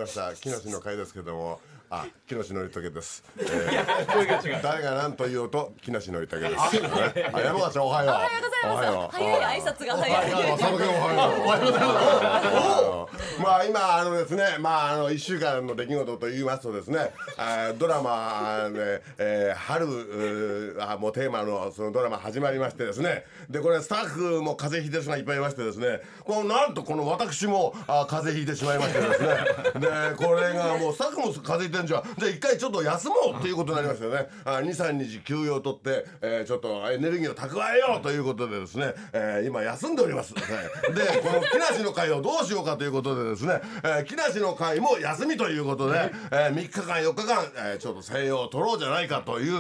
ました木梨の会ですけども、木梨憲武です。 声が違う。 誰が何と言おうと木梨憲武です。山川ちゃんおはよう。 おはようございます。早い挨拶が早い。 佐野君おはよう。おはようございます。今ですね、1週間の出来事と言いますとですね、ドラマ春もうテーマのそのドラマ始まりましてですね、でこれスタッフも風邪ひいてる人がいっぱいいましてですね、なんとこの私も風邪ひいてしまいましてですね、でこれがもうスタッフも風邪ひいてるんじゃあ一回ちょっと休もうっていうことになりましたよね。2、3日休養を取って、ちょっとエネルギーを蓄えようということでですね、今休んでおります。でこの木梨の会をどうしようかということでですね、木梨の会も休みということで、3日間4日間、ちょっと静養を取ろうじゃないかという、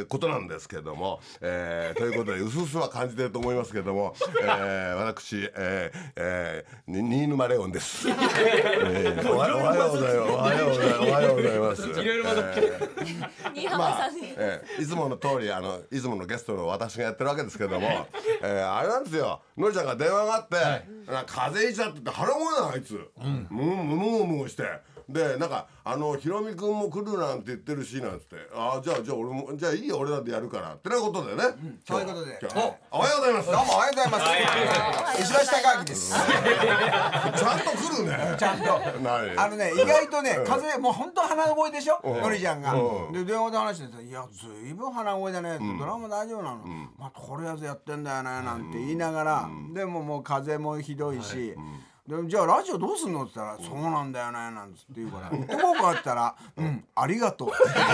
ことなんですけども、ということでうすうすは感じてると思いますけども、私、新沼レオンです。おはようございます。おはようございます。 いろいろ新浜さんに、 いつもの通りいつものゲストの私がやってるわけですけども、あれなんですよ、のりちゃんが電話があって、風邪ひいちゃって腹声なのあいつ、ムムしてでなんかひろみくんも来るなんて言ってるしなんつって、じゃあ俺もじゃあいいよ俺らでやるからってなことでね、 そういうことでおはようございます。 どうもおはようございます。石橋貴明です。 ちゃんと来るね。 ちゃんと意外とね風邪もう本当鼻声でしょ、のりちゃんが。で電話で話してて、いやずいぶん鼻声だねって、ドラマ大丈夫なの、とりあえずやってんだよねなんて言いながら、でももう風邪もひどいし、でじゃあラジオどうすんのって言ったら、そうなんだよねなんつって言うから、どこかあったらありがとう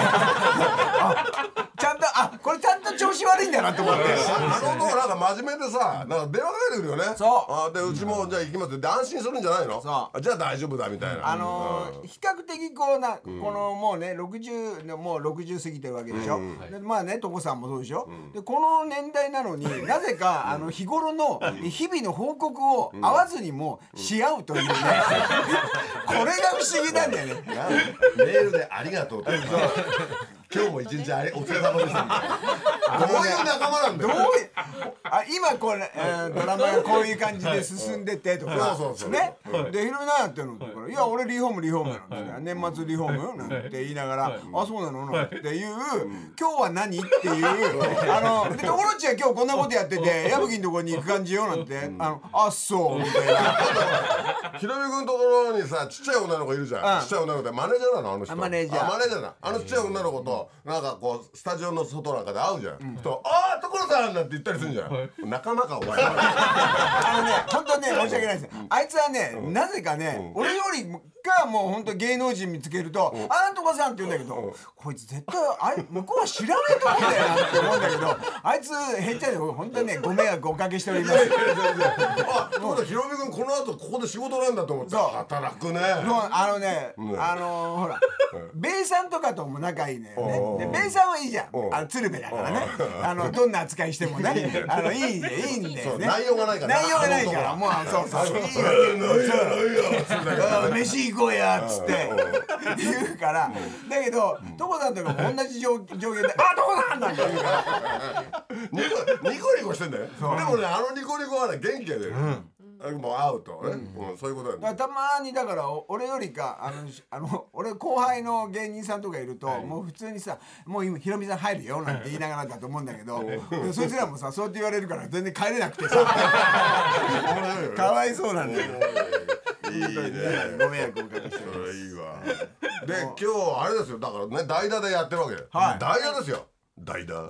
ちゃんとこれちゃんと調子悪いんだなと思って、 なんか真面目でさ、なんか電話かけてくるよね。 そうでうちもじゃあ行きますって安心するんじゃないの。じゃあ大丈夫だみたいな。 比較的このもうね60過ぎてるわけでしょ。でまあね所さんもそうでしょ。でこの年代なのになぜか日頃の日々の報告を合わずにもし合うというねこれが不思議なんだよね。 メールでありがとうって今日も一日お疲れ様ですみたいな、どういう仲間なんだよ。 今これドラマがこういう感じで進んでてとかね、でひろみ何やってんのって言うから、いや俺リフォームなんて、年末リフォームなんて言いながら、そうなのなんていう今日は何っていうでところっちは今日こんなことやってて矢吹のところに行く感じよなんて、そうみたいな。 ひろみくんところにさちっちゃい女の子いるじゃん。ちっちゃい女の子でマネージャーなのあの人。 マネージャーなちっちゃい女の子となんかこうスタジオの外なんかで会うじゃん。と所さんなんて言ったりするんじゃん。仲間かお前。 本当ね申し訳ないです。あいつはねなぜかね俺よりかもう本当芸能人見つけるとなんとかさんって言うんだけど、こいつ絶対向こうは知らないと思うんだよなって思うんだけど、あいつへっちゃで本当にねご迷惑おかけしております。 もうひろみくんこの後ここで仕事なんだと思って働くね。 ほらベイさんとかとも仲いいのよね。でベイさんはいいじゃん、鶴瓶だからね、どんな扱いしてもねいいんだよね。 内容がないからもう飯行こうやっつって言うから、だけど所さんとかも同じ上限で所さんなんて言うからニコニコしてんだよ。でもねニコニコはね元気やで。もう会うとね、そういうことだよね。 たまにだから俺よりか俺後輩の芸人さんとかいると、もう普通にさもう今ひろみさん入るよなんて言いながらだと思うんだけど、そいつらもさそうやって言われるから全然帰れなくてさかわいそうなんだよ。 いいね。 ご迷惑をおかけしてそれいいわ。で今日あれですよ、だからね代打でやってるわけ。代打ですよ。代打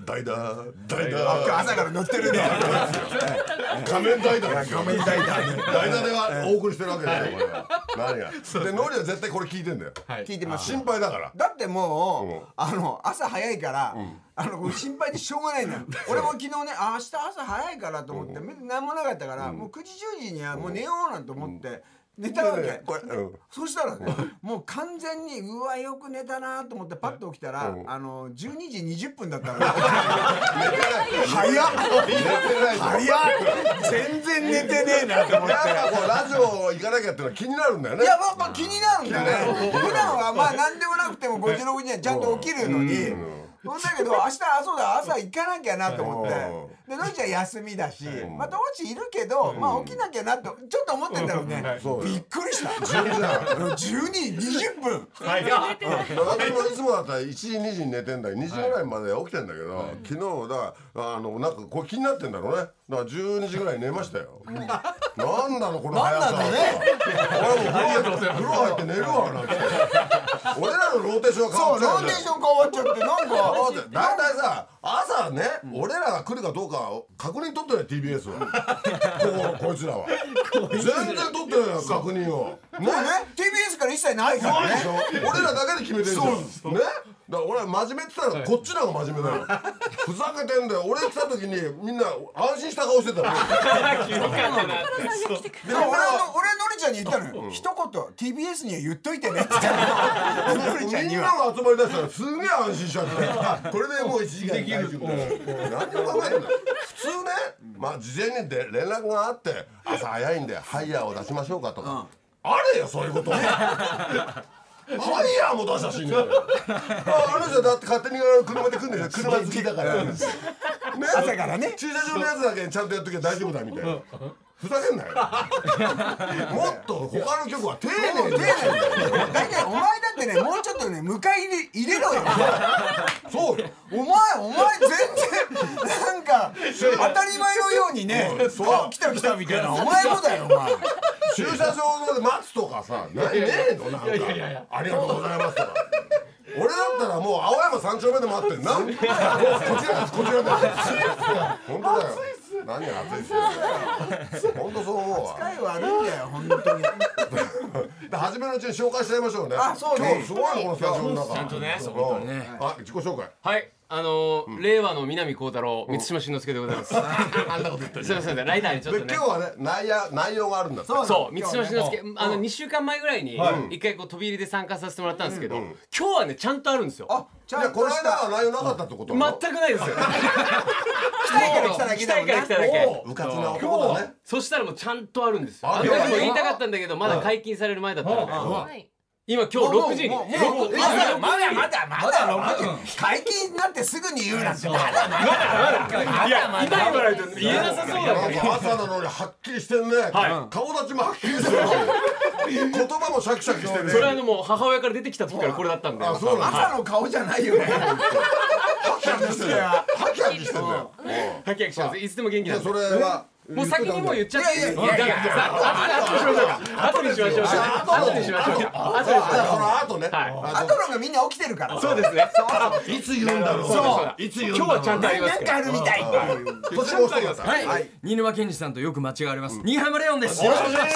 朝から乗ってるね。 仮面代打ですよ。 仮面代打代打ではお送りしてるわけですよこれ。何がでノリは絶対これ聞いてんだよ。 聞いてます。 心配だから。 だってもう朝早いから心配でしょうがないんだよ。俺も昨日ね明日朝早いからと思って何もなかったからもう9時10時にはもう寝ようなんて思って寝たわけ。そしたらねもう完全にうわよく寝たなと思ってパッと起きたら12時20分だったの。早っ全然寝てねえなと思って、 ラジオ行かなきゃってのは気になるんだよね。 いや気になるんだね。普段はまあ何でもなくても5時6時にはちゃんと起きるのに、 そんだけど明日そうだ朝行かなきゃなと思ってでのりちゃん休みだしまあ友達いるけどまあ起きなきゃなとちょっと思ってんだろうねびっくりした12時20分私もいつもだったら1時2時に寝てんだけど2時ぐらいまで起きてんだけど昨日だからなんかこれ気になってんだろうねだから12時ぐらいに寝ましたよなんなのこの速さ俺も風呂入って寝るわなんて俺らのローテーションが変わっちゃうローテーション変わっちゃってなんかだいたいさ朝ね俺らが来るかどうか確認取ってない TBS はこいつらは全然取ってないよ確認をもうね TBS から一切ないからね俺らだけで決めてるじゃんねだから俺は真面目って言ったらこっちらが真面目だよふざけてんだよ俺来た時にみんな安心した顔してたのでも俺のりちゃんに言ったのよ一言 TBS には言っといてねって言ったののりちゃんにはみんなが集まりだしたらすげえ安心しちゃってこれでもう1時間できるって何も考えてない普通ねまあ事前に連絡があって朝早いんでハイヤーを出しましょうかとかあれよそういうことハイヤーも出したしねあの人だって勝手に車で来るんですよ車好きだからね朝からね駐車場のやつだけちゃんとやっときゃ大丈夫だみたいなふざけんなよもっと他の局は丁寧にだけどお前だってねもうちょっとね迎え入れろよそうよお前全然なんか当たり前のようにね来た来たみたいなお前もだよお前駐車場で待つとかさねえのなんかありがとうございますとか俺だったらもう青山三丁目で待ってんなこちらですこちらです本当だよ何が暑いっすよ本当そう思うわ扱い悪いんだよ本当に初めのうちに紹介しちゃいましょうねあそうね今日すごいのこのスタジオの中ちゃんとねあ自己紹介はい令和の南光太郎満島真之介でございますあんなこと言ってるすいませんライターにちょっとねで今日はね内容があるんだってそう満島真之介2週間前ぐらいに一回こう飛び入りで参加させてもらったんですけど今日はねちゃんとあるんですよちゃんことの間したは内容なかったってこと全くないですよ来たいから来ただけだもんな来たいから来ただけうかつな男だねそしたらもうちゃんとあるんですよああの時も言いたかったんだけどまだ解禁される前だったのではい今今日6時にまだ6時解禁になってすぐに言うなんていや今言わないと言えなさそうだなんか朝なのにはっきりしてんね顔立ちもはっきりしてる言葉もシャキシャキしてねそれはもう母親から出てきた時からこれだったんであそうなんだ朝の顔じゃないよねハキハキしてるハキハキしてんだよハキハキしますいつでも元気なんでそれはもう先にもう言っちゃっていやいやいや後にしましょう後にしましょうじゃあその後ね後のがみんな起きてるからそうですねいつ言うんだろうそういつ言うん今日はちゃんとありますなんかあるみたいそっちも押してくださいはい、新沼謙治さんとよく間違われます。新浜レオンです。 よろしくお願いし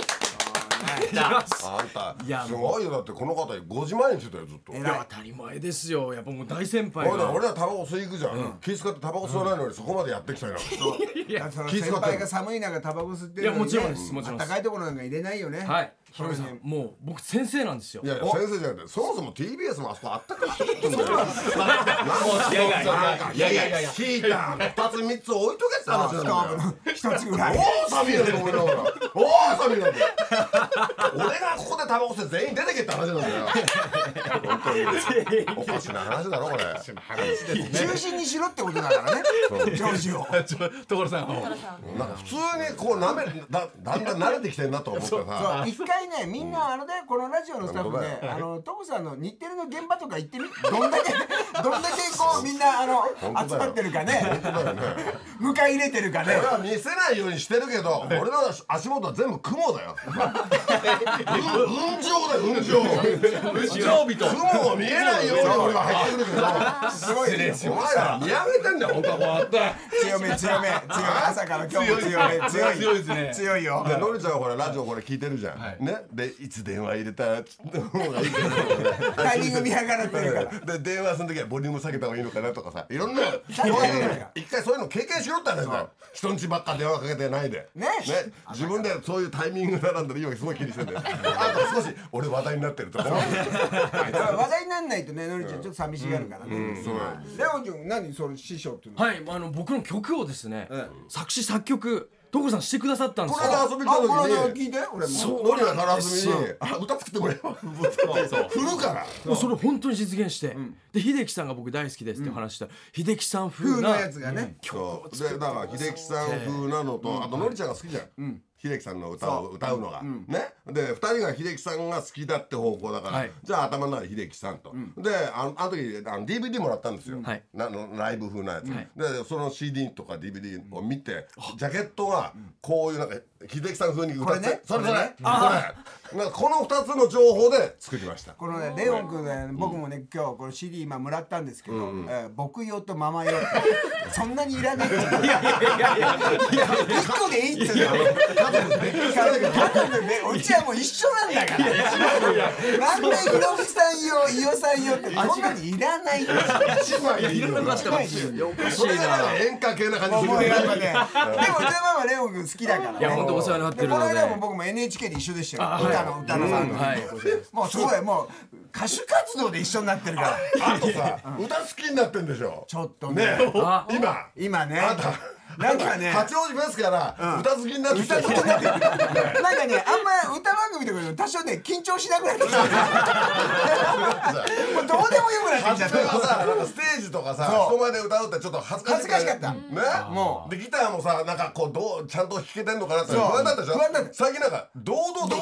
ます。 あんたいやすごいよだってこの方5時前にしてたよずっといや当たり前ですよ。やっぱもう大先輩俺らが。 タバコ吸い行くじゃん気使ってタバコ吸わないのにそこまでやってきたよ先輩が寒い中タバコ吸ってるのにいやもちろんですもちろんです暖かいところなんか入れないよねはい。ひろみさん、もう僕先生なんですよ。 いやいや先生じゃなくてそもそも TBS もあそこあったからって言ってんだよいやいやヒーター2つ3つ置いとけって話なんだよ一つぐらいおお寒いやと思いながらおお寒いなんて俺がここでタバコ吸って全員出てけって話なんだよ本当におかしな話だろこれ中心にしろってことだからね上司を所さん。 なんか普通にこうだんだん慣れてきてんなと思ってさ一回ねみんなこのラジオのスタッフで所さんの日テレの現場とか行ってみどんだけこうみんな集まってるかね迎え入れてるかね俺は見せないようにしてるけど俺の足元は全部雲だよ雲上だよ雲上雲が見えないように俺が入ってくるけどすごいですよお前ら見上げてんだよ本当はこうやって強め朝から今日も強いですね強いよでのりちゃんはほらラジオこれ聞いてるじゃんねでいつ電話入れた方がいいかなタイミング見計らってるからで電話するときはボリューム下げた方がいいのかなとかさいろんな一回そういうの経験しろって話だよ人んちばっか電話かけてないでね自分でそういうタイミング並んだら今すごい気にしてんだよあと少し俺話題になってるとか話題になんないとねのりちゃんちょっと寂しがるからねレオン君何その師匠っていうのはい、僕の曲をですね、作詞作曲所さんしてくださったんですよ。 この間遊びに来た時に聞いて俺もノリがからずに歌作ってもらえば振るからもうそれ本当に実現して、で秀樹さんが僕大好きですって話したら、秀樹さん風な風のやつがねそうでだから秀樹さん風なのとあとノリちゃんが好きじゃん秀樹さんの歌を歌うのがねで2人が秀樹さんが好きだって方向だからじゃあ頭の中で秀樹さんとであの時DVD もらったんですよライブ風なやつでその CD とか DVD を見てジャケットがこういうなんか秀樹さん風に歌ってそれなんかこの2つの情報で作りましたこのねレオン君ね僕もね今日この CD 今もらったんですけど僕用とママ用そんなにいらないって1個でいいって言うのうちはもう一緒なんだからなんでひろみさん用伊代さん用ってそんなにいらない一枚でいいのよおかしいな。 演歌系な感じするもうやっぱねでもうちのママレオン君好きだからいや本当お世話になってるので。 この間も僕も NHK で一緒でしたよ歌の番組もうすごいもう歌手活動で一緒になってるからあとさ歌好きになってんでしょちょっとね今ねあんたなんかね八王子フェスから歌好きになってきた歌好きになってるなんかねあんま歌番組とかでも多少ね緊張しなくなってきたもうどうでもよくなってきちゃった初めはさなんかステージとかさ人前で歌うってちょっと恥ずかしかったねもうでギターもさなんかこうちゃんと弾けてんのかなって不安だったでしょ不安だった最近なんか堂々と堂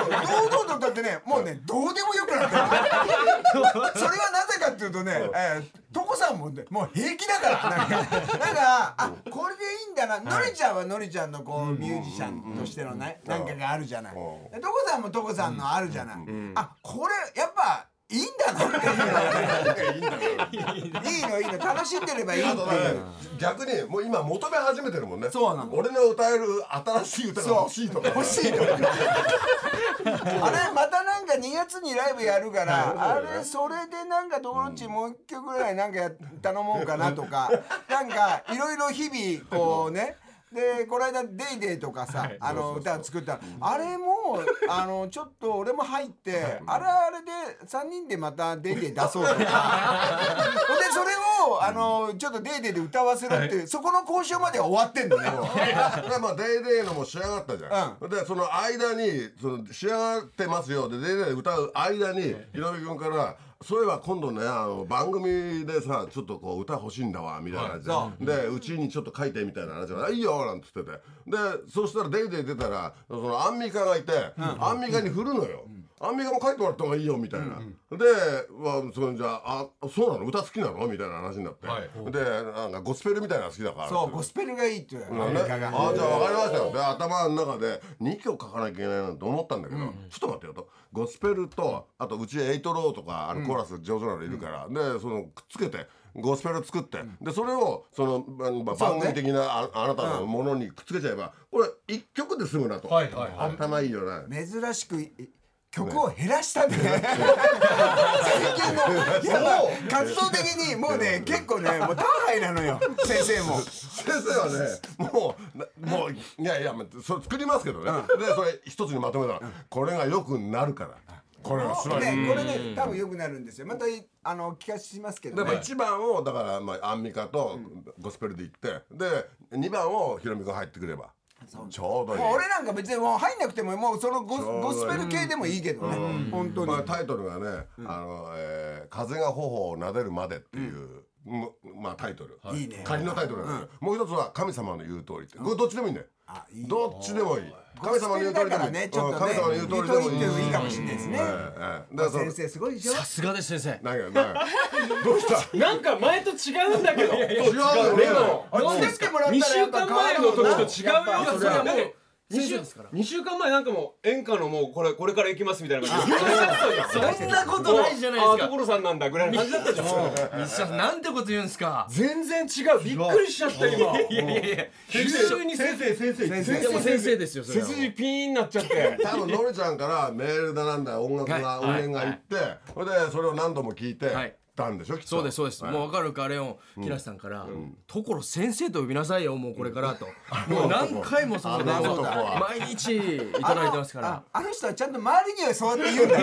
々と歌ってねもうねどうでもよくなってるそれはなぜかっていうとね所さんもねもう平気だからなんかあこれでいいんだなのりちゃんはのりちゃんのこうミュージシャンとしてのねなんかがあるじゃない所さんも所さんのあるじゃないあこれやっぱいいんだなっていういいの楽しんでればいいっていう逆にもう今求め始めてるもんねそうなの俺の歌える新しい歌が欲しいとか欲しいとかあれまたなんか2月にライブやるからあれそれでなんか友達もう1曲ぐらいなんか頼もうかなとかなんかいろいろ日々こうねでこの間『デイデイ』とかさ歌作ったあれもちょっと俺も入ってあれで3人でまた『デイデイ』出そうとかでそれをちょっと『デイデイ』で歌わせろってそこの交渉までは終わってんのねもうまあ『デイデイ』のも仕上がったじゃんでその間に仕上がってますよで『デイデイ』で歌う間にひろみ君からそういえば今度ね番組でさちょっとこう歌欲しいんだわみたいな感じでうちにちょっと書いてみたいな話が「いいよ」なんつっててでそうしたら『デイデイ』出たらそのアンミカがいてアンミカに振るのよ。アンミカも書いてもらった方がいいよみたいなでそれじゃあそうなの歌好きなのみたいな話になってでなんかゴスペルみたいなの好きだからそうゴスペルがいいって言うじゃあ分かりましたよで頭の中で2曲書かなきゃいけないなと思ったんだけどちょっと待ってよとゴスペルとあとうちエイトローとかコーラス上手なのいるからでそのくっつけてゴスペル作ってでそれをその番組的なあなたのものにくっつけちゃえばこれ1曲で済むなと頭いいよね珍しく曲を減らしたね最近の活動的にもうね結構ねもう大敗なのよ先生も先生はねもういやそれ作りますけどねでそれ一つにまとめたらこれが良くなるからこれは素晴らしいこれね多分良くなるんですよまた聞かしますけどね 1番をだからアンミカとゴスペルでいってで2番をひろみ君入ってくればちょうどいい俺なんか別にもう入んなくてももうそのゴスペル系でもいいけどね本当にタイトルがね風が頬を撫でるまでっていうタイトルいいね仮のタイトルなんだけどもう一つは神様の言う通りってこれどっちでもいいんだよどっちでもいい神様の言う通りでもいいねちょっとね神様の言う通りでもいいっていうのいいかもしれないですね先生すごいでしょさすがです先生。 何がどうしたなんか前と違うんだけど違うよ何ですか2週間前の時と違うよそれはもう先生ですから 2週間前なんかもう演歌のもうこれから行きますみたいな感じでそんなことないじゃないですか。 所さんなんだぐらいの感じだったじゃん西田さんなんてこと言うんですか。 全然違うびっくりしちゃった今急に先生ですよそれは。 背筋ピーンなっちゃって多分のりちゃんからメールだなんだ音源が行ってそれでそれを何度も聞いてたんでしょきっとそうですそうです、もう分かるかレオン木梨さんから「所先生と呼びなさいよもうこれから」ともう何回もその電話毎日いただいてますからあの人はちゃんと周りにはそうやって言うんだ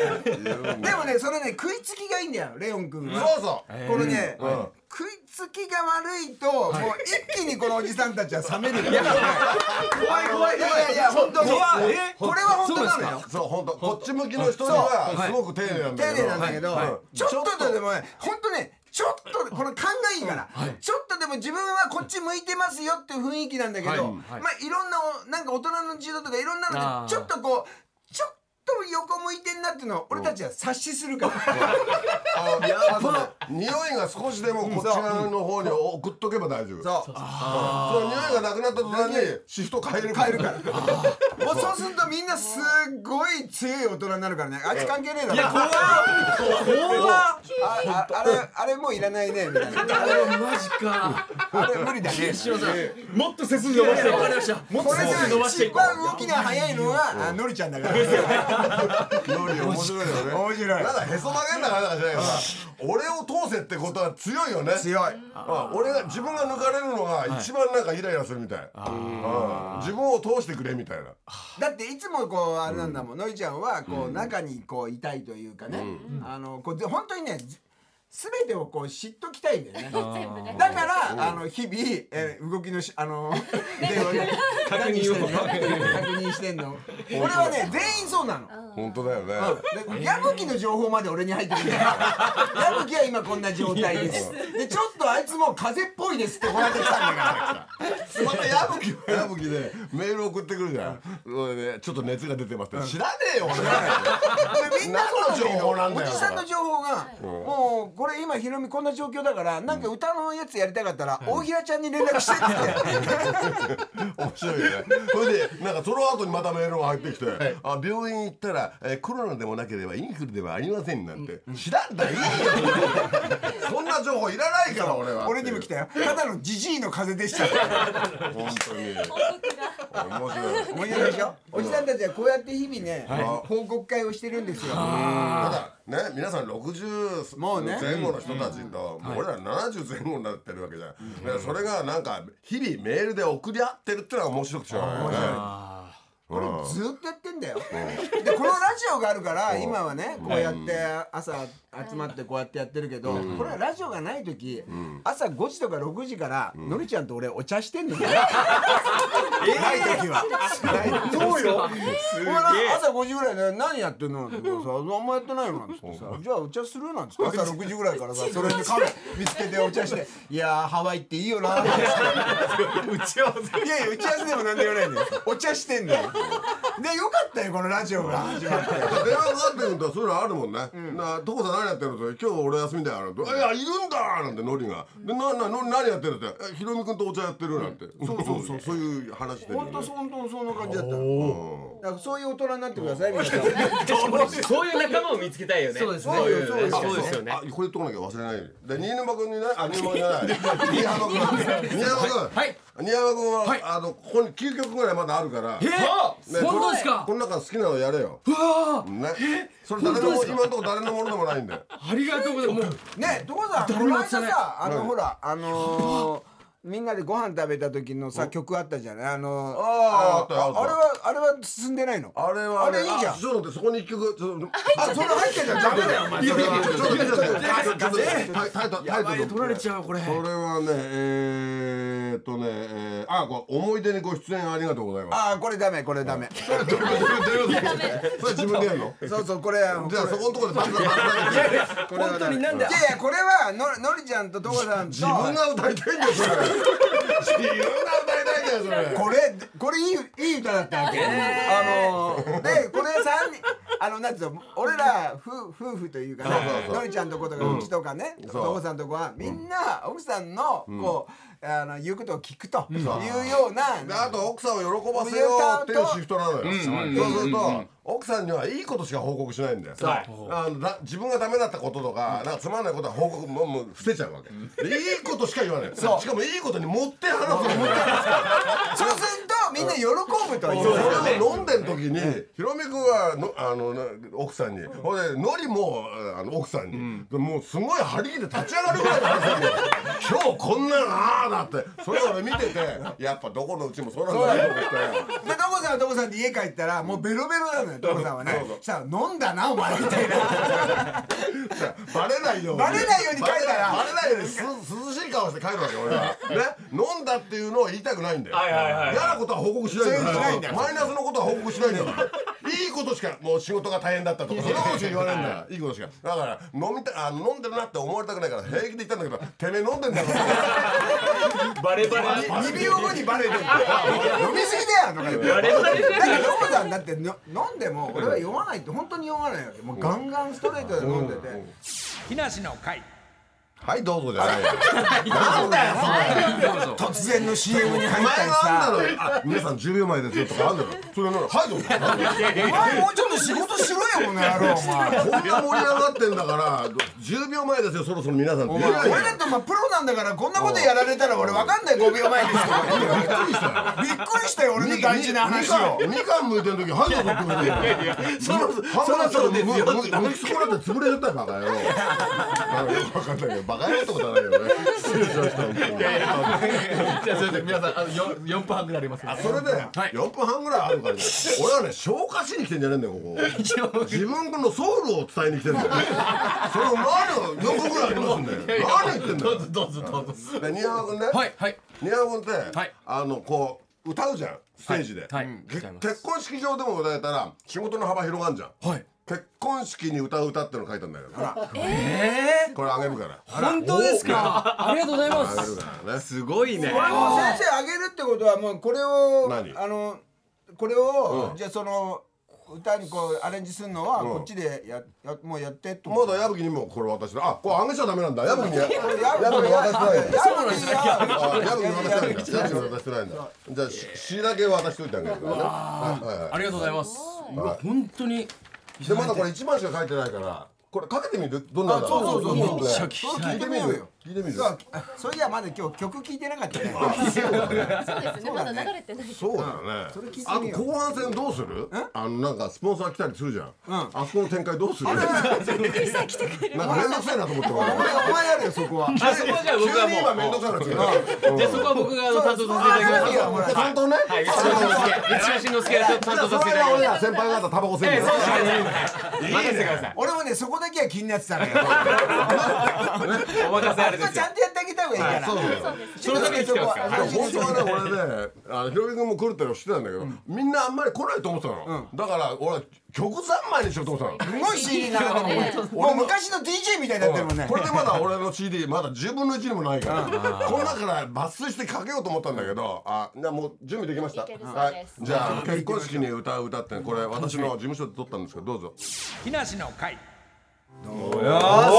ねでもねそれね食いつきがいいんだよレオン君はそうそうこれね食いつきがが悪いともう一気にこのおじさんたちは冷める。怖いいや本当にこれは本当なのよ。 そう本当こっち向きの人にはすごく丁寧なんだけど、 ちょっとでもね本当ねちょっとこの勘がいいから、ちょっとでも自分はこっち向いてますよっていう雰囲気なんだけど、いろんななんか大人の事情とかいろんなのでちょっとちょっと横向いてんなっていうのを俺たちは察しするから。 匂いが少しでもこっち側の方に送っとけば大丈夫。その匂いがなくなった途端にシフト変えるから。もうそうするとみんなすっごい強い大人になるからね。あいつ関係ねえだろ。いやあれもういらないねみたいな。 マジか。 あれ無理だね。 もっと背筋伸ばして。 わかりました。 もっと背筋伸ばしてい一こ番動きが速いのはのりちゃんだから。 ノリ面白いよね。 面白い。 なんかへそ曲げんだからなんかしないけどさ、俺を通せってことは強いよね。 強い。 俺が自分が抜かれるのが一番なんかイライラするみたい。自分を通してくれみたいな。 だっていつもこうあれなんだもん。のりちゃんはこう中にこういたいというかね。こう本当にね。すべてをこう知っときたいんだよね。だから日々動きの電話で確認してんの。俺はね全員そうなの。 本当だよね。 矢吹の情報まで俺に入ってくる。矢吹は今こんな状態です。でちょっとあいつも風邪っぽいですってこうやってきたんだから。 また矢吹でメール送ってくるじゃん。ちょっと熱が出てますって知らねえよ俺。 みんなそう情報なんだよ。 おじさんの情報がもうこれ今ひろみこんな状況だからなんか歌のやつやりたかったら大平ちゃんに連絡してって。 面白いよね。それでなんかその後にまたメールが入ってきて、病院行ったらコロナでもなければインフルではありませんなんて知らんだいいよ。そんな情報いらないから俺は。 俺にも来たよ。ただのジジイの風邪でした。 本当に。面白い。 面白いでしょ。おじさんたちはこうやって日々ね報告会をしてるんですよ。ただね皆さん60前後の人たちと俺ら70前後になってるわけじゃん。それがなんか日々メールで送り合ってるってのが面白くてしょうがないよね。 これずっとやってんだよ。でこのラジオがあるから今はねこうやって朝集まってこうやってやってるけど、これはラジオがない時朝5時とか6時からのりちゃんと俺お茶してんのよ。ない時は。そうよ。朝5時ぐらいで何やってんのってさ、あんまやってないのなんつってさ、じゃあお茶するなんつって朝6時ぐらいからさ、それにカメ見つけてお茶して、いやーハワイっていいよな。打ち合わせ。いやいや打ち合わせでもなんでもないんだよ。お茶してんだよ。でよかったよこのラジオが始まって。電話かかってくるとそういうのあるもんね。所さん何やってるのって今日俺休みだよ。いやいるんだなんてノリが。で何やってるってひろみくんとお茶やってるなんて。そういう話で。 本当そんな感じだった。だからそういう大人になってください皆さん。 そういう仲間を見つけたいよね。 そうですね。 そうですよね。 これ言っとかなきゃ忘れない。で新沼くんにね新沼くんじゃない。新浜くん。はい新山君はここに9曲ぐらいまだあるから本当ですか。 この中好きなのやれよ。ねそれ誰の今のところ誰のものでもないんで。 ありがとうございます。 ね所さんこの間さほらみんなでご飯食べた時のさ曲あったじゃない。あれは進んでないの。あれいいじゃん。 ちょっとそこに一曲それ入ってんじゃダメだよお前。それはやばい取られちゃうこれ。 これはねこれ思い出にご出演ありがとうございます。 これダメそれ自分でやるの。 そうこれじゃあそこのところで本当になんで。 いやこれはのりちゃんと所さんと自分が歌いたいんだよそれ。自分が歌いたいんだよそれ。 これいい歌だったわけ。でこれ3人なんていうの俺ら夫婦というかねのりちゃんとことかうちとかね所さんとこはみんな奥さんのこう言うことを聞くというような。 あと奥さんを喜ばせようっていうシフトなのよ。そうすると奥さんにはいいことしか報告しないんだよ。自分がダメだったこととかなんかつまんないことは報告もう伏せちゃうわけ。いいことしか言わない。しかもいいことに持って話す。 そうするとみんな喜ぶという。 それを飲んでる時にひろみくんは奥さんにほいでのりも奥さんにもうすごい張り切って立ち上がるぐらいの話なんだよ。今日ここんなのだってそれを俺見ててやっぱどこのうちもそうなんだなと思ってでトモさんはトモさんで家帰ったらもうベロベロなのよトモさんはね。したら飲んだなお前みたいな。 バレないようにバレないように帰ったらバレないように涼しい顔して帰るわけ俺はね飲んだっていうのを言いたくないんだよ嫌なことは報告しないんだよマイナスのことは報告しないんだよいいことしかもう仕事が大変だったとかそんなことしか言わないんだよいいことしかだから飲んでるなって思われたくないから平気で言ったんだけどてめえ飲んでんだろバレバレ 2秒後にバレてる飲みすぎだよとか言ってバレバレだからトモさんだって飲んでも俺は酔わないって本当に酔わないわけもうガンガンストレートで飲んでて木梨の会はいどうぞじゃないよなんだよ突然の CM に入ったりさ皆さん10秒前ですよとかあんだろそれなのはいどうぞお前もうちょっと仕事しろよこの野郎お前こんな盛り上がってんだから10秒前ですよそろそろ皆さんって言えないよ俺だってプロなんだからこんなことやられたら俺わかんない5秒前ですとかびっくりしたよ俺の大事な話をみかん剥いてる時はいどうぞって言われてそろそろメキシコだって潰れちゃったよバカ野郎分かんないけどバカ野郎ってことはないよね失礼しました本当にじゃあそれで皆さん4分半ぐらいありますあそれで4分半ぐらいあるからね俺はね消化しに来てんじゃねえんだよここ自分のソウルを伝えに来てんだよそれを何を4分ぐらいありますんだよ何言ってんだよどうぞで新山君ねはい新山君ってはいこう歌うじゃんステージで結婚式場でも歌えたら仕事の幅広がんじゃんはい結婚式に歌う歌っての書いたんだけどこれあげるから本当ですかありがとうございまあげるすからねすごいねこれもう先生あげるってことはもうこれを何これをじゃあその歌にこうアレンジするのはこっちでもうやってってまだ矢吹にもこれ渡してこれあげちゃダメなんだ矢吹に渡してないんだ矢吹に渡してないんだじゃあ詩だけ渡しといてあげるからねありがとうございます本当にでまだこれ1番しか書いてないからこれかけてみるどんなんだろうそうめっちゃ聞き聞たいいてみようよ聞いてみるそれじゃあまだ今日曲聴いてなかったねそうですねまだ流れてないそうだよねそれ聞いてあみようと後半戦どうするなんかスポンサー来たりするじゃんあそこの展開どうするなんか面倒くさいなと思ってお前やるよそこはあそこはじゃあ僕は急に今面倒くさいなっちゃうじゃあそこは僕が担当させていただきます担当ねはい満島真之介が担当させていただきます先輩方タバコ吸いそうしかない任せてください俺もねそこだけは気になってたのよお任せあれですよちゃんとやってあげた方がいいからそのために来てますから本当はね俺ねひろみ君も来るっての知ってたんだけどみんなあんまり来ないと思ってたのだから俺は曲三昧にしようと思ってたのすごい CD 並んでるもう昔の DJ みたいになってるもんねこれでまだ俺の CD まだ10分の1にもないからこの中から抜粋してかけようと思ったんだけどじゃあもう準備できましたはいじゃあ結婚式に歌う歌ってこれ私の事務所で撮ったんですけどどうぞ木梨の会これ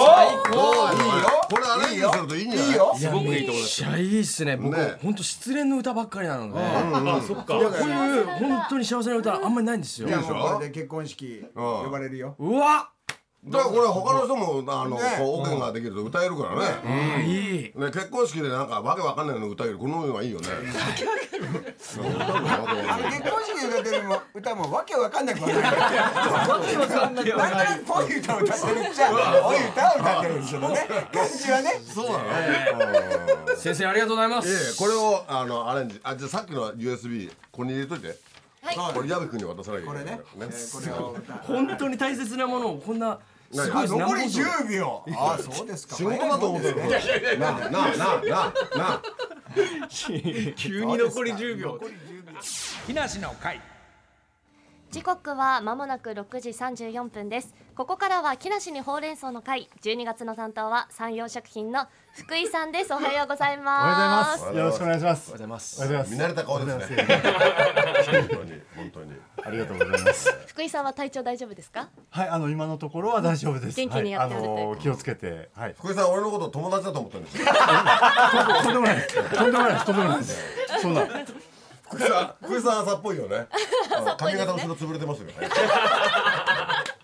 アレンジするといいんじゃないいいよすごくいいところですめっちゃいいっすね僕ね本当失恋の歌ばっかりなのであそっかこういう本当に幸せな歌あんまりないんですよじゃあもうこれで結婚式呼ばれるようわだからこれ他の人もこうオケができると歌えるからねいいね結婚式でなんかわけわかんないの歌えるこの上はいいよね結婚式で歌ってる歌もわけわかんなくはないわけわかんなくはないなんかぽい歌を歌ってるっちゃぽい歌を歌ってるんですけどね感じはねそうなの先生ありがとうございますこれをアレンジじゃあさっきの USB ここに入れといてこれ矢部君に渡さなきゃいけないからねこれを本当に大切なものをこんなすごいですね残り10秒あそうですか仕事だと思ってるなあ急に残り10秒木梨の会時刻は間もなく6時34分です。ここからは木梨にほうれん草の会12月の担当は産業食品の福井さんです。おはようございます。 おはようございます。よろしくお願いします。 おはようございますおはようございます。 見慣れた顔ですね本当にありがとうございます。 福井さんは体調大丈夫ですか？ はい、今のところは大丈夫です。 元気にやっておるということで気をつけて、はい。 福井さん俺のこと友達だと思ったんですよとんでもないです。とんでもないです。とんでもないです。そんな。 福井さん朝っぽいよね髪型後ろ潰れてますよね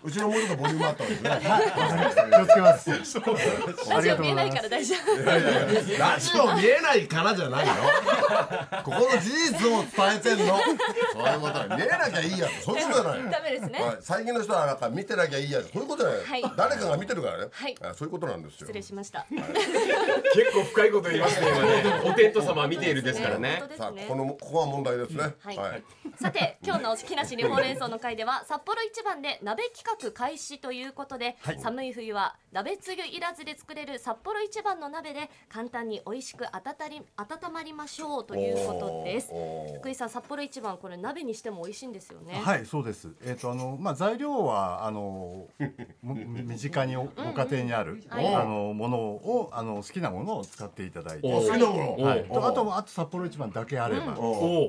うちのもうちょっとボリュームあったんですね。 気をつけます。 ラジオ見えないから大丈夫。 ラジオ見えないからじゃないよ。ここの事実を伝えてんの。そういうことだ。見えなきゃいいやつ、そういうことじゃない。 ダメですね。 最近の人はなんか見てなきゃいいやつ、そういうことじゃない。 はい誰かが見てるからね。 はいそういうことなんですよ。 失礼しました。 結構深いこと言いますね今ね。お天道様は見ているですからね。 さあ本当ですね。 ここは問題ですね。 はいさて今日の木梨にほうれん草の会では札幌一番で鍋企画開始ということで、寒い冬は鍋つゆいらずで作れる札幌一番の鍋で簡単に美味しく温まりましょうということです。福井さん、札幌一番これ鍋にしても美味しいんですよね。 はい、そうです。材料は身近にご家庭にあるものを好きなものを使っていただいて、 好きなもの。 はい。あと札幌一番だけあれば、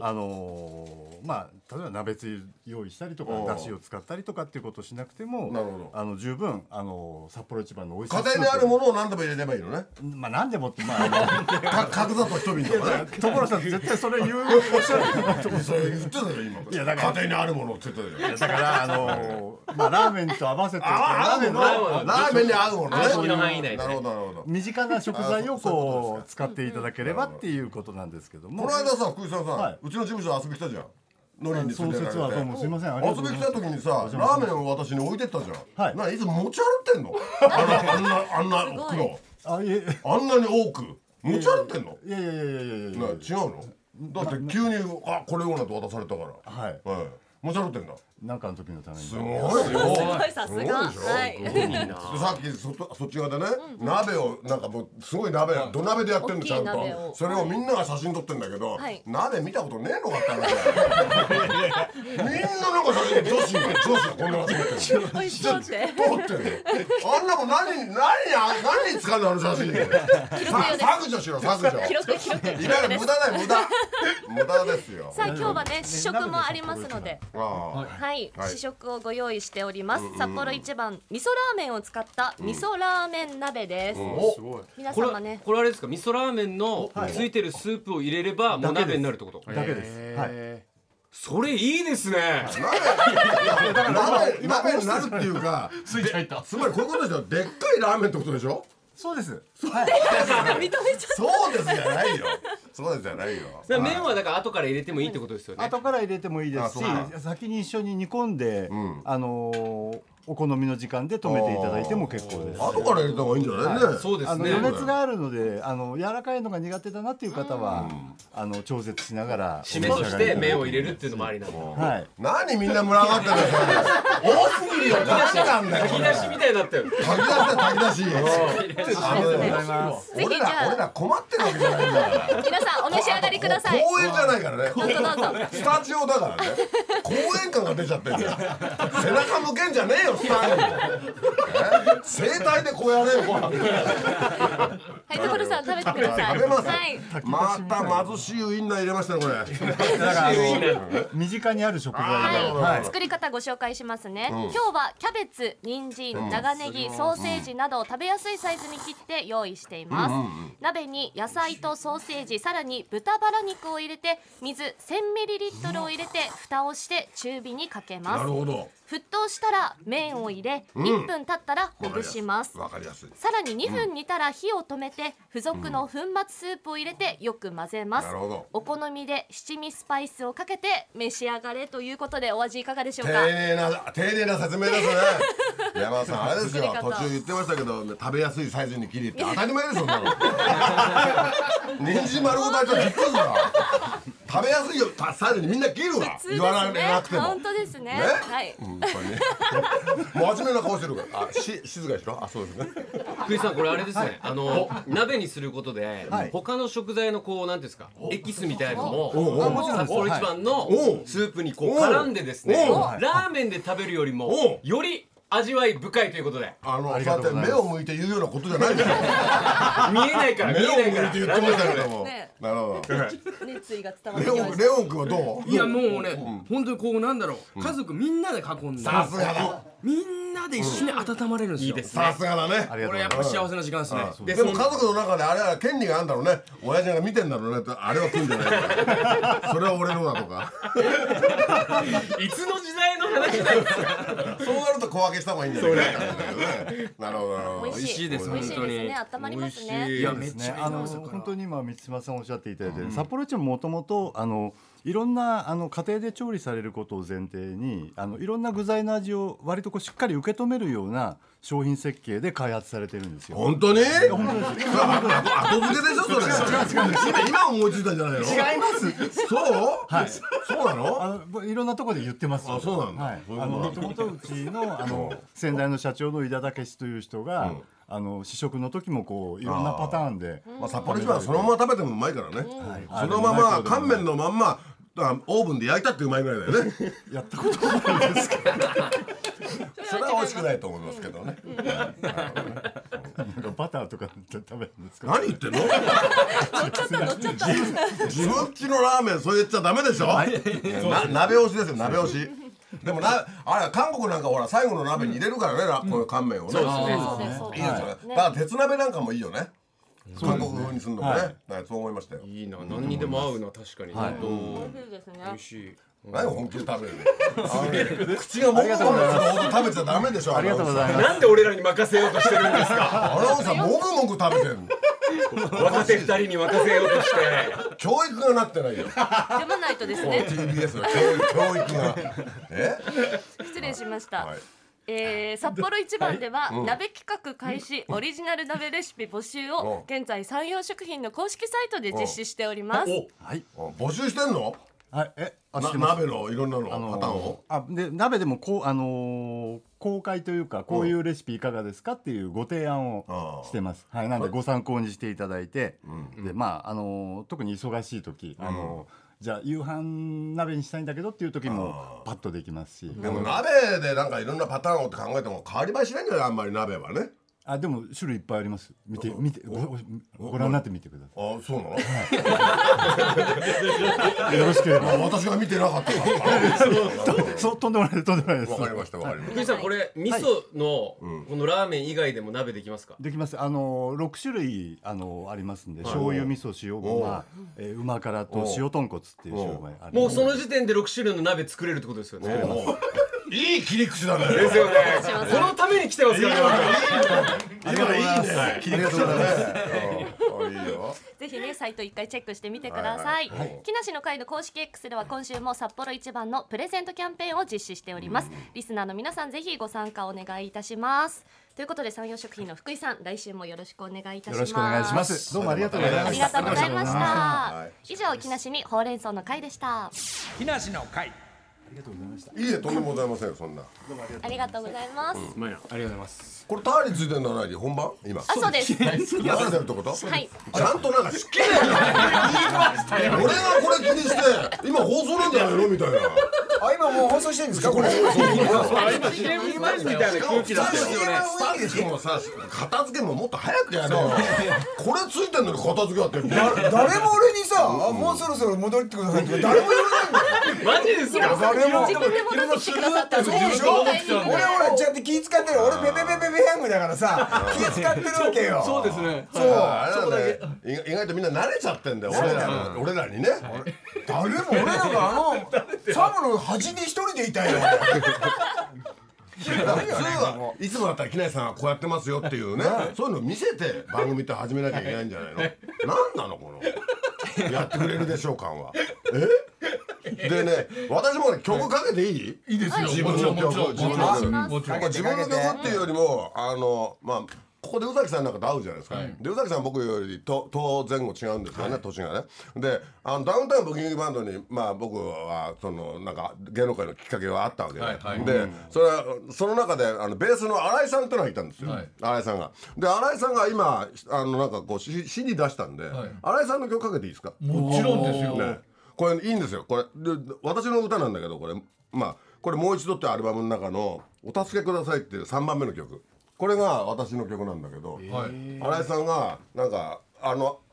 例えば鍋つゆ用意したりとかだしを使ったりとかっていうことをしなくても、 なるほど。 十分札幌一番の美味しい家庭にあるものを何でも入れればいいのね。 何でもって角砂糖一瓶とかね。 所さん絶対それ言うおっしゃる。 それ言ってたよ今。いやだから家庭にあるものって言ってたよ。 だからラーメンと合わせてラーメンに合うものね。 常識の範囲内でね。 なるほどなるほど。 身近な食材をこう使っていただければっていうことなんですけども、 この間さ福井さんはさ、うちの事務所遊び来たじゃん。ノリにその説はどうもすいません。 遊び来た時にさ、ラーメンを私に置いてったじゃん。いつも持ち歩ってんの？あんな袋。あんなに多く持ち歩ってんの？ いや違うの？だって急にこれをなんて渡されたから。はい。持ち歩ってんだ。 なんかの時のために。 すごいよ。 さすが。はい。 さっきそっち側でね、鍋をなんかもうすごい土鍋でやってんのちゃんと。それをみんなが写真撮ってんだけど、鍋見たことねえのかって話だよ。みんななんか写真女子がこんなの撮ってる。 美味しそうって。 撮ってる。あんなもん何に使うのあの写真。削除しろ削除。 記録。 いらない無駄だよ無駄ですよ。 さあ今日はね試食もありますので。はい、試食をご用意しております。札幌一番味噌ラーメンを使った味噌ラーメン鍋です。皆様ね、 これあれですか、味噌ラーメンのついてるスープを入れればもう鍋になるってこと？ だけです。はい。 それいいですね。 鍋になるっていうか、ついちゃった。つまりこういうことでしょ。でっかいラーメンってことでしょ。 そうです。 認めちゃった。 そうですじゃないよ。そうですじゃないよ。 麺はだから後から入れてもいいってことですよね。 後から入れてもいいですし、先に一緒に煮込んで、お好みの時間で止めていただいても結構です。 後から入れた方がいいんじゃないね。 そうですね。 余熱があるので、柔らかいのが苦手だなっていう方は、調節しながら締めとして麺を入れるっていうのもありなんだ。 はい。 何みんな群がってるの？多すぎるよ。何なんだよ。 炊き出しみたいになったよ。 炊き出し。俺ら困ってるわけじゃないんだから。 皆さんお召し上がりください。 公園じゃないからね。 どうぞ。 スタジオだからね。公園感が出ちゃってるじゃん。背中向けんじゃねえよスターに。整体でこうやれよ。 はい、所さん食べてください。 食べます。 はい。 また貧しいウインナー入れましたねこれ。 身近にある食材はい。作り方ご紹介しますね。今日はキャベツ、人参、長ネギ、ソーセージなど食べやすいサイズに切って用意しています。鍋に野菜とソーセージ、さらに豚バラ肉を入れて水 1000ml を入れて蓋をして中火にかけます。 なるほど。 沸騰したら麺を入れ、1分経ったらほぐします。 わかりやすい。 さらに2分煮たら火を止めて付属の粉末スープを入れてよく混ぜます。 なるほど。 お好みで七味スパイスをかけて召し上がれということで、お味いかがでしょうか？ 丁寧な説明ですね。山田さんあれですよ、途中言ってましたけど食べやすいサイズに切りって当たり前ですよ。人参丸ごと入ったらびっくりするわ。食べやすいよサイズにみんな切るわ。言わなくても。 本当ですね。はい。 真面目な顔してるから。静かにしろ。そうですね。 福井さんこれあれですね。鍋にすることで他の食材のこうなんていうんですか、エキスみたいなのも札幌一番のスープにこう絡んでですね、ラーメンで食べるよりもより味わい深いということで、 そうやって目を向いて言うようなことじゃないですよ。 見えないから目を向いて言ってましたけども。なるほど。 熱意が伝わってきました。 レオン君はどう？ いやもうね、本当にこうなんだろう、家族みんなで囲んで、 さすがだ。 みんなで一緒に温まれるんですよ。 いいですさすがだね。 ありがとうございます。 これやっぱ幸せな時間ですね。 でも家族の中であれは権利があるんだろうね。親父が見てんだろうねってあれは来んじゃないか。それは俺のだとか。 いつの時代の話なんですか。 そうなると小分けした方がいいんじゃないかって感じだけどね。なるほどなるほど。 美味しいです。美味しいですね。温まりますね。 いやめっちゃいい本当に今満島さんおっしゃっていただいて、札幌一番もともといろんな家庭で調理されることを前提にいろんな具材の味を割としっかり受け止めるような商品設計で開発されてるんですよ。 本当に？ 本当です。 後付けでしょそれ。今思いついたんじゃないの？ 違います。 そう？ はい。 そうなの？ いろんなところで言ってます。 あ、そうなんだ。 はい。もともとうちの先代の社長の井田武史という人が試食の時もこういろんなパターンで、 札幌一番そのまま食べてもうまいからね。そのまま乾麺のまんまオーブンで焼いたってうまいぐらいだよね。 やったことないですけど。 それは美味しくないと思いますけどね。 バターとか食べるんですか。 何言ってんの？自分家のラーメンそう言っちゃダメでしょ。鍋押しですよ、鍋押し。でもあれ韓国なんかほら最後の鍋に入れるからね、この乾麺をね。 そうですね。 いいですよね。だから鉄鍋なんかもいいよね。韓国風にするのもね。そう思いましたよ。 いいな、何にでも合うな、確かに。美味しい。 何を本気で食べるの？口がもぐもぐするほど食べちゃダメでしょ。 ありがとうございます。 なんで俺らに任せようとしてるんですか。 アナウンサーもぐもぐ食べてるの。 若手二人に任せようとして。 教育がなってないよ。 読まないとですね。 TBS の教育が。 失礼しました。札幌一番では鍋企画開始オリジナル鍋レシピ募集を現在山陽食品の公式サイトで実施しております。 はい。 募集してんの？ はい。 鍋のいろんなのパターンを。 で鍋でも公開というかこういうレシピいかがですかっていうご提案をしてます。はい。なんでご参考にしていただいて、で特に忙しい時じゃあ夕飯鍋にしたいんだけどっていう時もパッとできますし。 でも鍋でなんかいろんなパターンをって考えても変わり映えしないんじゃない？あんまり鍋はね。 でも種類いっぱいあります。見てご覧になってみてください。 あ、そうなの？ よろしければ。 私が見てなかったから。 そうとんでもないとんでもないです。 わかりましたわかりました。 福井さん、これ味噌のこのラーメン以外でも鍋できますか？ できます。6種類ありますんで、醤油、味噌、塩ごま、旨辛と塩豚骨っていう醤油がある。 もうその時点で6種類の鍋作れるってことですよね。 いい切り口だね。 ですよね。このために来てますからね。 いいね。切り口だね。いいよ。 ぜひねサイト1回チェックしてみてください。木梨の会の公式 X では今週も札幌一番のプレゼントキャンペーンを実施しております。リスナーの皆さんぜひご参加お願いいたします。ということで山陽食品の福井さん、来週もよろしくお願いいたします。 よろしくお願いします。どうもありがとうございました。 ありがとうございました。以上木梨にほうれん草の会でした。 木梨の会。 いいえ、とんでもございません。そんな。 ありがとうございます。 ありがとうございます。 これターについてるのは何？本番？今。 そうです。 やられてるってこと？ はい。 ちゃんとなんか好きだよ。俺がこれ気にして今放送なんじゃないのみたいな。 今もう放送してるんですかこれ？ 今 CM みたいな空気だったよね。 スタッフもさ、片付けももっと早くやれよ。これついてんのに片付けやってる。 誰も俺にさ、もうそろそろ戻ってくださいって誰も言わないんだよ。 マジですか？ 誰も。 自分で戻ってきてくださったんでそうでしょ？俺ほらちゃんと気使ってる。俺ペペペペペヤングだからさ気使ってるわけよ。 そうですね。 そう。あれだね。意外とみんな慣れちゃってんだよ。俺らにね。 誰も俺なんかサムの端に一人でいたよ。 普通はいつもだったら木梨さんはこうやってますよっていうね、そういうのを見せて番組って始めなきゃいけないんじゃないの？なんなのこのやってくれるでしょう感は。でね、私もね曲かけていい？いいですよ。自分の曲、自分の曲っていうよりもここで宇崎さんなんかと会うじゃないですか。で宇崎さん僕よりと前後違うんですよね、年がね。でダウンタウンブギウギバンドに僕はそのなんか芸能界のきっかけがあったわけで、その中でベースの新井さんってのがいたんですよ。新井さんが。で新井さんが今なんかこうCD 出したんで、新井さんの曲かけていいですか？ もちろんですよ。 これいいんですよ。これ私の歌なんだけど、これもう一度ってアルバムの中のお助けくださいっていう3番目の曲。これが私の曲なんだけど、新井さんがなんか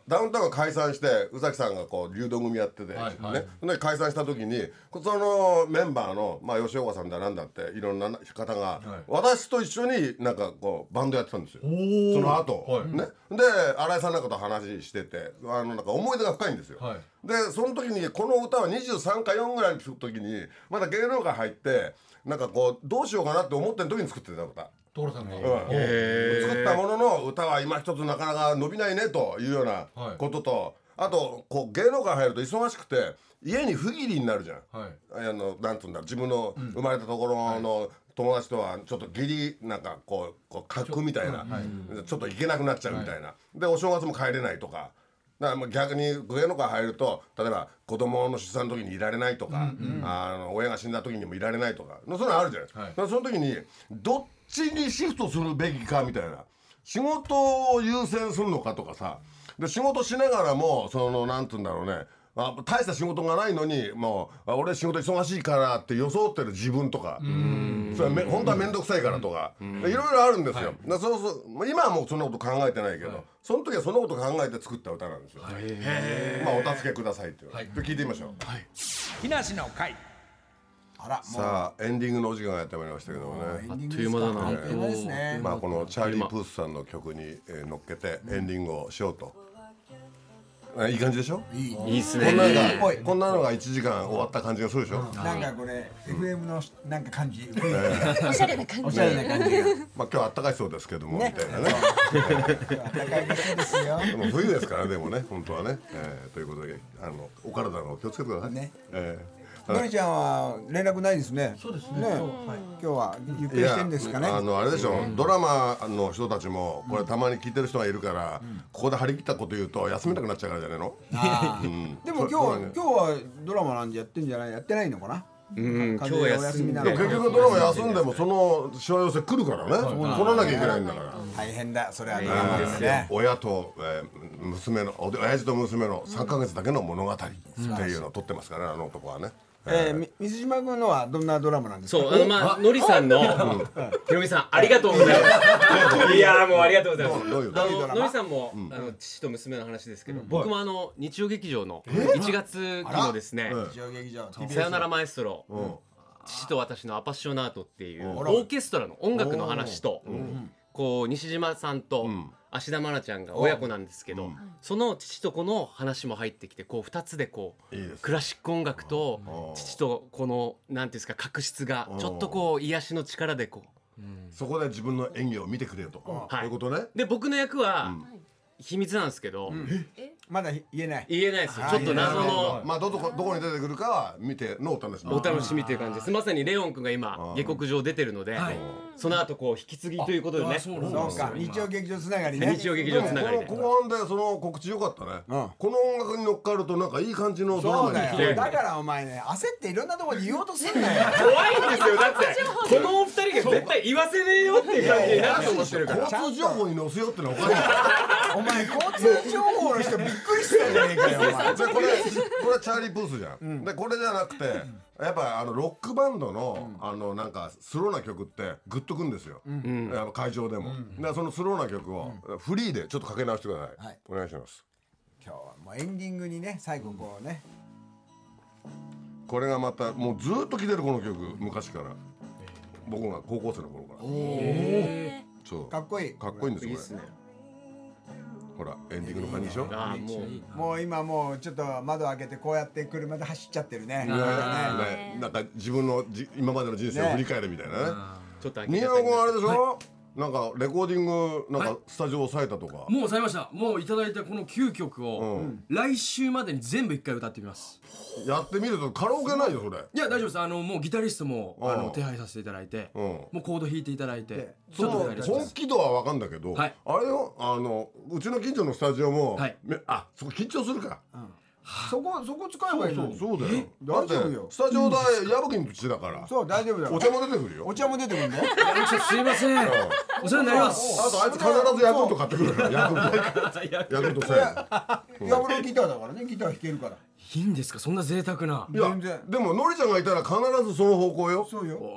ダウンタウンが解散して宇崎さんがこう流動組やってて、ね、で解散した時にそのメンバーの、まあ、吉岡さんだなんだっていろんな方が、私と一緒になんかこうバンドやってたんですよ。その後、ね、で新井さんなんかと話しててなんか思い出が深いんですよ。でその時にこの歌は23か4ぐらいの時にまだ芸能界入ってなんかこうどうしようかなって思ってる時に作ってた歌。 所さんが、 作ったものの歌は今一つなかなか伸びないねというようなことと、あとこう芸能界入ると忙しくて家に不義理になるじゃん。なんつうんだ自分の生まれたところの友達とはちょっと義理なんかこう格みたいな、ちょっと行けなくなっちゃうみたいな、でお正月も帰れないとか。だから逆に芸能界入ると例えば子供の出産の時にいられないとか、親が死んだ時にもいられないとかそういうのあるじゃないですか。だからその時にどっちにシフトするべきかみたいな、仕事を優先するのかとかさ、で仕事しながらもそのなんて言うんだろうね、大した仕事がないのにもう俺仕事忙しいからって装ってる自分とか、それ本当は面倒くさいからとか、いろいろあるんですよ。だそう今はもうそんなこと考えてないけど、その時はそんなこと考えて作った歌なんですよ。まあお助けくださいっていう、で聞いてみましょう。 木梨の会。 さあエンディングのお時間がやってまいりましたけどもね、 あっという間だな。 まあこのチャーリー・プースさんの曲に乗っけてエンディングをしようと。いい感じでしょ。 いいっすね。 こんなのが1時間終わった感じがするでしょ。 なんかこれ FM のなんか感じ、 おしゃれな感じ。 おしゃれな感じが。 まあ今日は暖かいそうですけどもみたいなね。 暖かいですよ。 でも冬ですからでもね本当はね、ということでお体の気をつけてくださいね。 のりちゃんは連絡ないですね。そうですね。今日はゆっくりしてんですかね。 あれでしょ、ドラマの人たちもこれたまに聞いてる人がいるから、ここで張り切ったこと言うと休めなくなっちゃうからじゃねえの。 でも今日はドラマなんでやってんじゃない、やってないのかな。 今日は休みなの。 結局ドラマ休んでもそのしわ寄せ来るからね、来らなきゃいけないんだから。 大変だそれはドラマですね。 親と娘の親父と娘の3ヶ月だけの物語っていうのを撮ってますからね、あの男はね。 水島君のはどんなドラマなんですか。 そうまあのりさんのひろみさんありがとうございます。いやもうありがとうございます。のりさんも父と娘の話ですけど、僕も日曜劇場の1月期のですねさよならマエストロ、父と私のアパッショナートっていうオーケストラの音楽の話と、こう西島さんと芦田愛菜ちゃんが親子なんですけど、その父と子の話も入ってきて、こう2つでこうクラシック音楽と父とこのなんていうんですか確執がちょっとこう癒しの力でこう、 そこで自分の演技を見てくれよと、そういうことね。 で僕の役は秘密なんですけど、 まだ言えない。 言えないですよ。ちょっと謎の、 まあどこに出てくるかは見てのお楽しみ。 お楽しみという感じです。まさにレオン君が今下克上出てるので、その後こう引き継ぎということでね。 そうか、日曜劇場つながりね。 日曜劇場つながりで。 後半でその告知良かったね。この音楽に乗っかるとなんかいい感じのドラマに。 そうだよ。だからお前ね、焦っていろんなところで言おうとすんなよ。 怖いんですよ。だってこのお二人が絶対言わせねえよっていう感じになると思ってるから。 交通情報に載せようってのはおかしい。 お前交通情報の人びっくりしたじゃねえかよお前。 これはチャーリー・プースじゃん。でこれじゃなくてやっぱロックバンドのなんかスローな曲ってグッとくんですよ、会場でも。でそのスローな曲をフリーでちょっとかけ直してください。お願いします。 今日はもうエンディングにね最後こうね、 これがまたもうずっと聴いてるこの曲、昔から僕が高校生の頃から。そうかっこいい。 かっこいいんですよこれ。ほらエンディングの感じでしょ。 もう今もうちょっと窓開けてこうやって車で走っちゃってるね。 なんか自分の今までの人生を振り返るみたいなね。 ちょっと新山君あれでしょ、なんかレコーディングなんかスタジオ押さえたとか。 もう抑えました。もういただいたこの9曲を来週までに全部1回歌ってみます。 やってみるとカラオケないよそれ。 いや大丈夫です。もうギタリストも手配させていただいて、もうコード弾いていただいて、 その本気度は分かんだけど、あれようちの近所のスタジオもそこ緊張するか。 そこ使えばいいの。 そうだよ。 大丈夫よ。 スタジオ代矢吹の土だから。 そう大丈夫だよ。 お茶も出てくるよ。 お茶も出てくるんだよ。 すいません。お世話になります。 あとあいつ必ずヤクルト買ってくるから。ヤクルト1000円。 ヤクルトギターだからね。ギター弾けるから。 いいんですかそんな贅沢な。 いやでものりちゃんがいたら必ずその方向よ。 そうよ。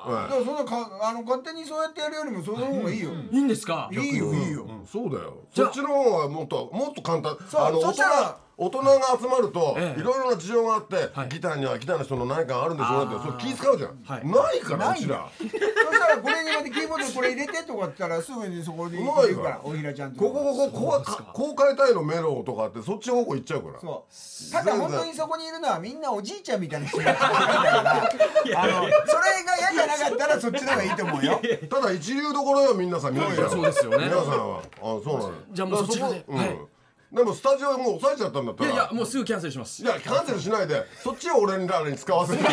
だからそんな勝手にそうやってやるよりもその方がいいよ。 いいんですか？ いいよいいよ。 そうだよ。そっちの方がもっと簡単。 そしたら大人が集まるといろいろな事情があって、ギターにはギターの人の何かがあるんでしょうねって、それ気使うじゃん。ないからうちら。 そしたらこれにまでキーボードこれ入れてとかって言ったらすぐにそこに行くから大平ちゃんと。 こう変えたいのメロとかってそっち方向行っちゃうから。 そう。ただ本当にそこにいるのはみんなおじいちゃんみたいな人がいるからそれが嫌じゃなかったらそっちの方がいいと思うよ。 ただ一流どころよみんなさん。 そうですよね。 皆さんはそうなの。 じゃあもうそっちで。 でもスタジオもう抑えちゃったんだったら。 いやもうすぐキャンセルします。 いやキャンセルしないでそっちを俺らに使わせる。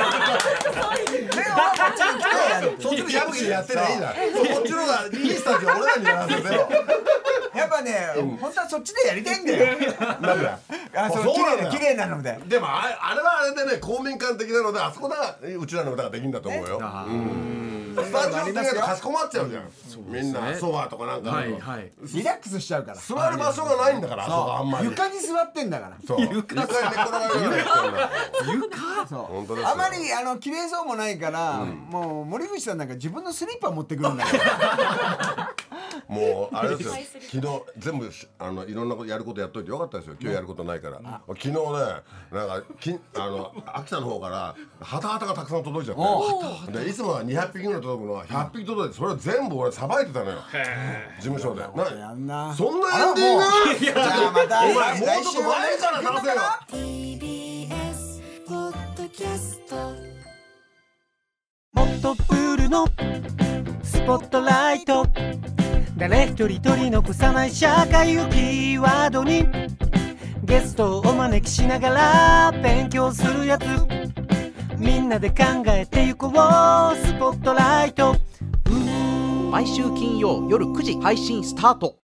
そっちの矢吹でやってりゃいいじゃん。そっちのがいいスタジオ俺らにやらせて。 やっぱね本当はそっちでやりたいんだよ。 なんだ。 綺麗なので。 でもあれはあれでね公民館的なのであそこだうちらの歌ができるんだと思うよ。スタジオって言うとかしこまっちゃうじゃん。みんなソファーとかなんかリラックスしちゃうから。 座る場所がないんだからあそこあんまり。 床に座ってんだから。 そう床に寝転がるような床そうあまり綺麗そうもないからもう森口さんなんか自分のスリッパ持ってくるんだからもうあれですよ昨日全部いろんなことやることやっといてよかったですよ今日やることないから昨日ねなんか秋田の方からハタハタがたくさん届いちゃってでいつもは200匹ぐらい届くのは100匹届いてそれを全部俺さばいてたのよ事務所でやんなそんなエンディングじゃあまたお前もうちょっと前から出せよ TBS ポッドキャストホットプールのスポットライト誰一人取り残さない社会をキーワードにゲストをお招きしながら勉強するやつみんなで考えてゆこうスポットライト毎週金曜夜9時配信スタート。